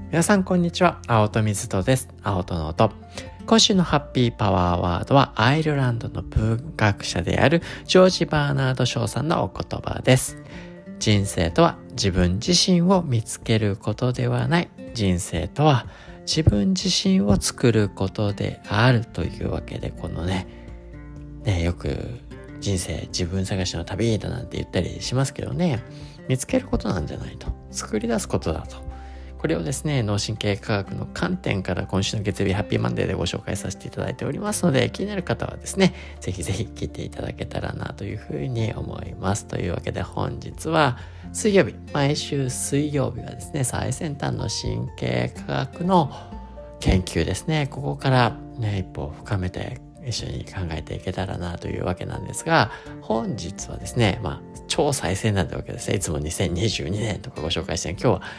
皆さんこんにちは。青戸水戸です。青戸の音。今週のハッピーパワーワードはアイルランドの文学者であるジョージ・バーナード・ショーさんのお言葉です。人生とは自分自身を見つけることではない。人生とは自分自身を作ることであるというわけで、このねよく人生自分探しの旅だなんて言ったりしますけどね、見つけることなんじゃないと、作り出すことだと。これをですね、脳神経科学の観点から今週の月曜日ハッピーマンデーでご紹介させていただいておりますので、気になる方はですね、ぜひぜひ聞いていただけたらなというふうに思います。というわけで本日は水曜日、毎週水曜日はですね、最先端の神経科学の研究ですね、ここから一歩深めて一緒に考えていけたらなというわけなんですが、本日はですね、超最先端というわけですね。いつも2022年とかご紹介して、今日は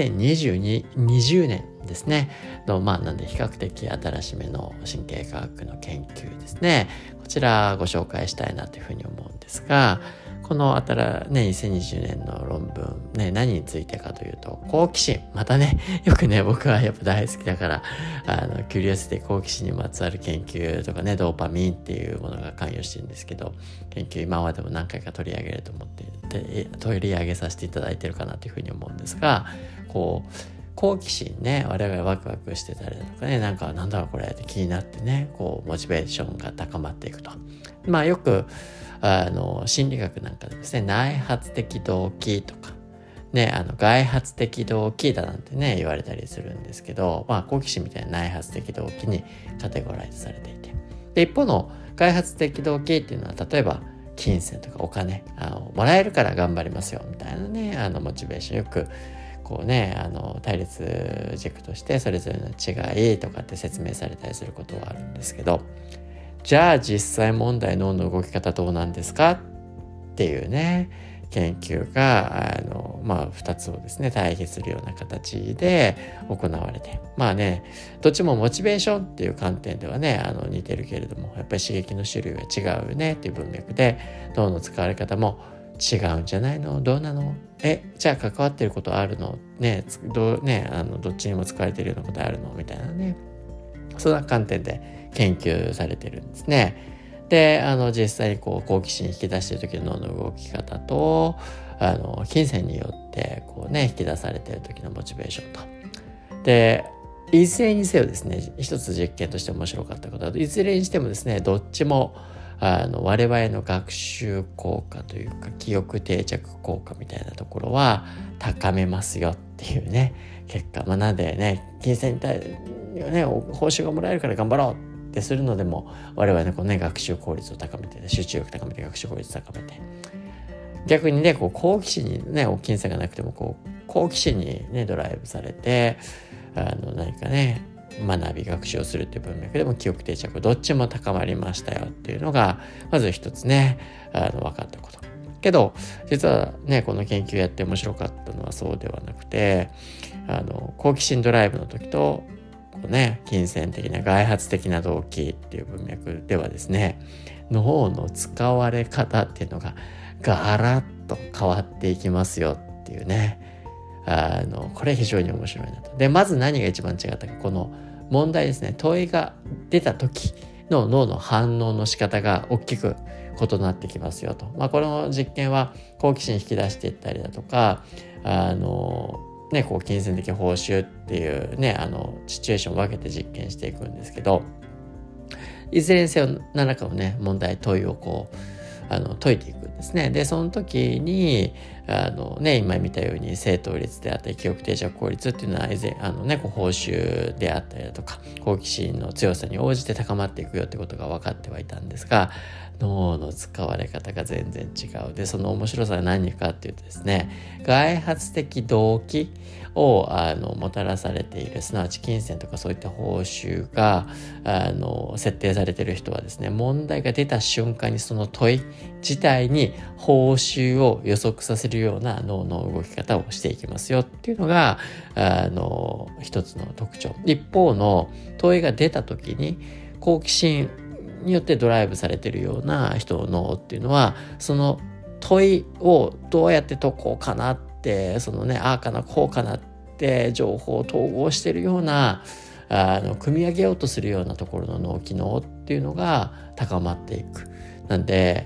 2020年ですねの、なんで比較的新しめの神経科学の研究ですね。こちらご紹介したいなというふうに思うんですが、この2020年の論文何についてかというと、好奇心。またね、よくね、僕はやっぱ大好きだから、キュリオシティ、好奇心にまつわる研究とかね、ドーパミンっていうものが関与してるんですけど、研究今までも何回か取り上げると思って取り上げさせていただいてるかなというふうに思うんですが、好奇心ね、我々ワクワクしてたりだとかね、なんだろうこれって気になってね、モチベーションが高まっていくと。よく心理学なんかでですね、内発的動機とかね、外発的動機だなんてね言われたりするんですけど、好奇心みたいな内発的動機にカテゴライズされていて、で一方の外発的動機っていうのは、例えば金銭とかお金もらえるから頑張りますよみたいなね、モチベーション、よく対立軸としてそれぞれの違いとかって説明されたりすることはあるんですけど、じゃあ実際問題脳の動き方どうなんですかっていうね研究が2つをですね対比するような形で行われて、どっちもモチベーションっていう観点ではね似てるけれども、やっぱり刺激の種類は違うよねっていう文脈で、脳の使われ方も違うんじゃないの、どうなの、じゃあ関わってることあるのね、どっちにも使われてるようなことあるのみたいなね、そんな観点で研究されてるんですね。で実際に好奇心引き出している時の脳の動き方と金銭によって引き出されている時のモチベーションと、でいずれにせよですね、一つ実験として面白かったことは、いずれにしてもですね、どっちも我々の学習効果というか記憶定着効果みたいなところは高めますよっていうね結果、なんでね、金銭に対して報酬がもらえるから頑張ろうってするのでも、我々の学習効率を高めて、集中力高めて、学習効率を高めて、逆にね好奇心にね金銭がなくても好奇心にねドライブされて何かね学び学習をするっていう文脈でも記憶定着どっちも高まりましたよっていうのがまず一つね分かったこと。けど実はねこの研究やって面白かったのはそうではなくて、好奇心ドライブの時と金銭的な外発的な動機っていう文脈ではですね、脳の使われ方っていうのがガラッと変わっていきますよっていうね、これ非常に面白いなと。でまず何が一番違ったか、この問題ですね、問いが出た時の脳の反応の仕方が大きく異なってきますよと。この実験は好奇心引き出していったりだとか金銭的報酬っていうシチュエーションを分けて実験していくんですけど、いずれにせよ何らかの問題問いを解いていくんですね。でその時に今見たように正答率であったり記憶定着効率っていうのは以前報酬であったりだとか好奇心の強さに応じて高まっていくよってことが分かってはいたんですが、脳の使われ方が全然違う。でその面白さは何かっていうとですね、外発的動機をもたらされている、すなわち金銭とかそういった報酬が設定されている人はですね、問題が出た瞬間にその問い自体に報酬を予測させるような脳の動き方をしていきますよっていうのが一つの特徴。一方の問いが出た時に好奇心によってドライブされているような人の脳っていうのは、その問いをどうやって解こうかなって、ああかなこうかなっって情報を統合しているような組み上げようとするようなところの脳機能っていうのが高まっていく。なんで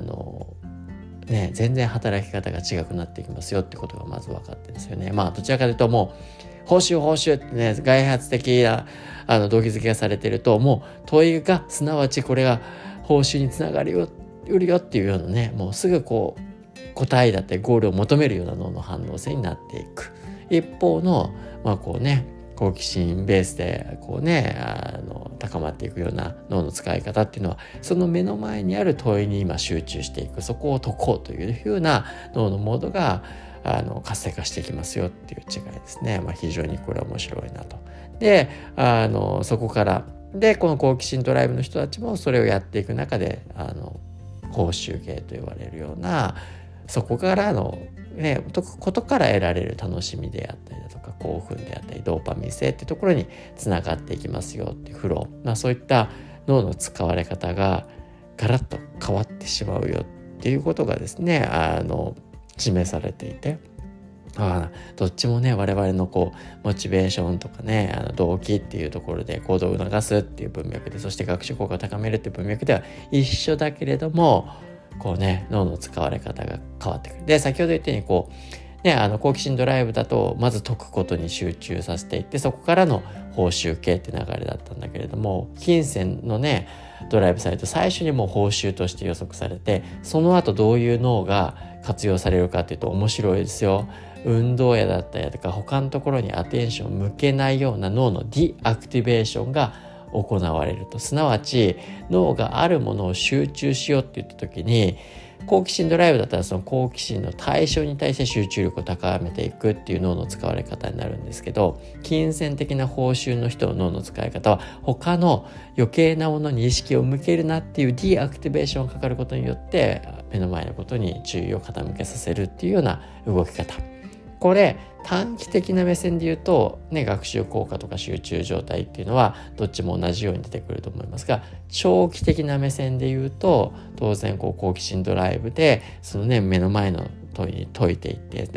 全然働き方が違くなっていきますよってことがまず分かってるんですよね。どちらかというともう報酬ってね、外発的な動機づけがされていると、もう問いがすなわちこれが報酬につながるよっていうようなね、もうすぐ答えだってゴールを求めるような脳の反応性になっていく。一方の好奇心ベースで高まっていくような脳の使い方っていうのは、その目の前にある問いに今集中していく、そこを解こうというふうな脳のモードが活性化していきますよっていう違いですね。非常にこれは面白いなと。でそこからでこの好奇心ドライブの人たちもそれをやっていく中で報酬系と言われるような、そこからのことから得られる楽しみであったりだとか興奮であったりドーパミン性っていうところにつながっていきますよっていうフロー、そういった脳の使われ方がガラッと変わってしまうよっていうことがですね示されていて、どっちもね我々のモチベーションとかね動機っていうところで行動を促すっていう文脈で、そして学習効果を高めるっていう文脈では一緒だけれども脳の使われ方が変わってくる。で先ほど言ったように好奇心ドライブだとまず解くことに集中させていって、そこからの報酬系って流れだったんだけれども、金銭のねドライブされると最初にもう報酬として予測されて、その後どういう脳が活用されるかっていうと面白いですよ。運動やだったりとか他のところにアテンションを向けないような脳のディアクティベーションが行われると、すなわち脳があるものを集中しようって言った時に、好奇心ドライブだったらその好奇心の対象に対して集中力を高めていくっていう脳の使われ方になるんですけど、金銭的な報酬の人の脳の使い方は他の余計なものに意識を向けるなっていうディアクティベーションがかかることによって目の前のことに注意を傾けさせるっていうような動き方。これ短期的な目線で言うと、学習効果とか集中状態っていうのはどっちも同じように出てくると思いますが、長期的な目線で言うと当然好奇心ドライブでその目の前の問いに解いていって、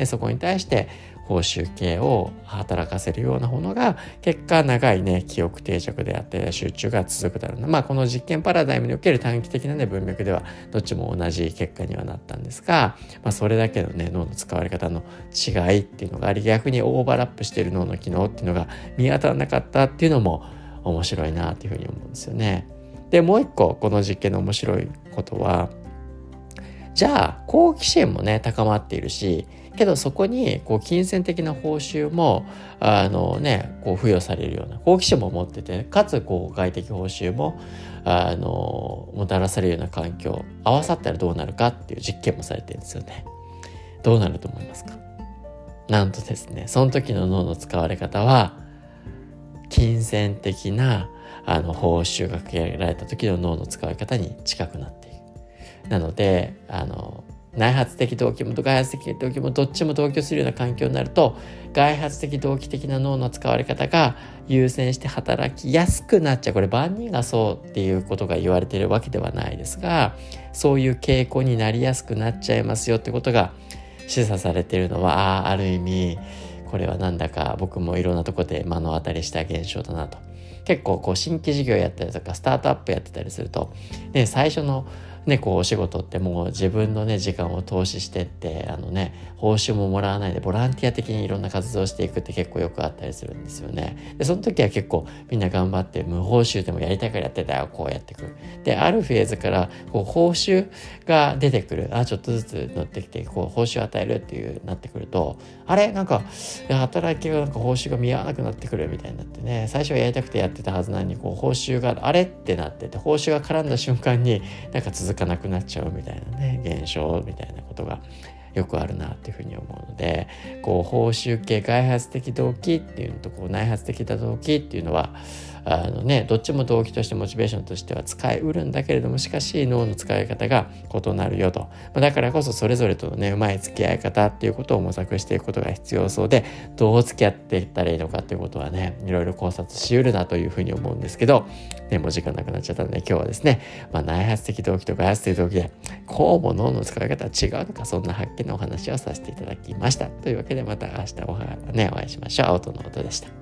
そこに対して報酬系を働かせるようなものが結果長い記憶定着であったり集中が続くだろうな。この実験パラダイムにおける短期的な文脈ではどっちも同じ結果にはなったんですが、それだけの脳の使われ方の違いっていうのがあり、逆にオーバーラップしている脳の機能っていうのが見当たらなかったっていうのも面白いなっていうふうに思うんですよね。でもう一個この実験の面白いことは、じゃあ好奇心も高まっているし、けどそこに金銭的な報酬も付与されるような好奇心も持ってて、かつ外的報酬ももたらされるような環境合わさったらどうなるかっていう実験もされてるんですよね。どうなると思いますか？なんとですね、その時の脳の使われ方は金銭的な報酬がかけられた時の脳の使われ方に近くなっている。なので内発的動機も外発的動機もどっちも同居するような環境になると、外発的動機的な脳の使われ方が優先して働きやすくなっちゃう。これ万人がそうっていうことが言われているわけではないですが、そういう傾向になりやすくなっちゃいますよってことが示唆されているのは、ある意味これはなんだか僕もいろんなところで目の当たりした現象だなと。結構新規事業やったりとかスタートアップやってたりすると、最初のお仕事ってもう自分の時間を投資してって報酬ももらわないでボランティア的にいろんな活動をしていくって結構よくあったりするんですよね。でその時は結構みんな頑張って無報酬でもやりたいからやってたよ、こうやってくる。であるフェーズから報酬が出てくる、ちょっとずつ乗ってきて報酬を与えるっていうなってくると、働きが報酬が見合わなくなってくるみたいになってね、最初はやりたくてやってたはずなのに報酬があれってなってて、報酬が絡んだ瞬間に続かなくなっちゃうみたいな現象みたいなことがよくあるなっていうふうに思うので、報酬系外発的動機っていうのと内発的な動機っていうのはどっちも動機としてモチベーションとしては使いうるんだけれども、しかし脳の使い方が異なるよと。だからこそそれぞれとのうまい付き合い方っていうことを模索していくことが必要そうで、どう付き合っていったらいいのかっていうことはいろいろ考察しうるなというふうに思うんですけど、もう時間なくなっちゃったので今日はですね、内発的動機と外発的動機でこうも脳の使い方は違うのか、そんな発けのお話をさせていただきました。というわけでまた明日お会いしましょう。青との音でした。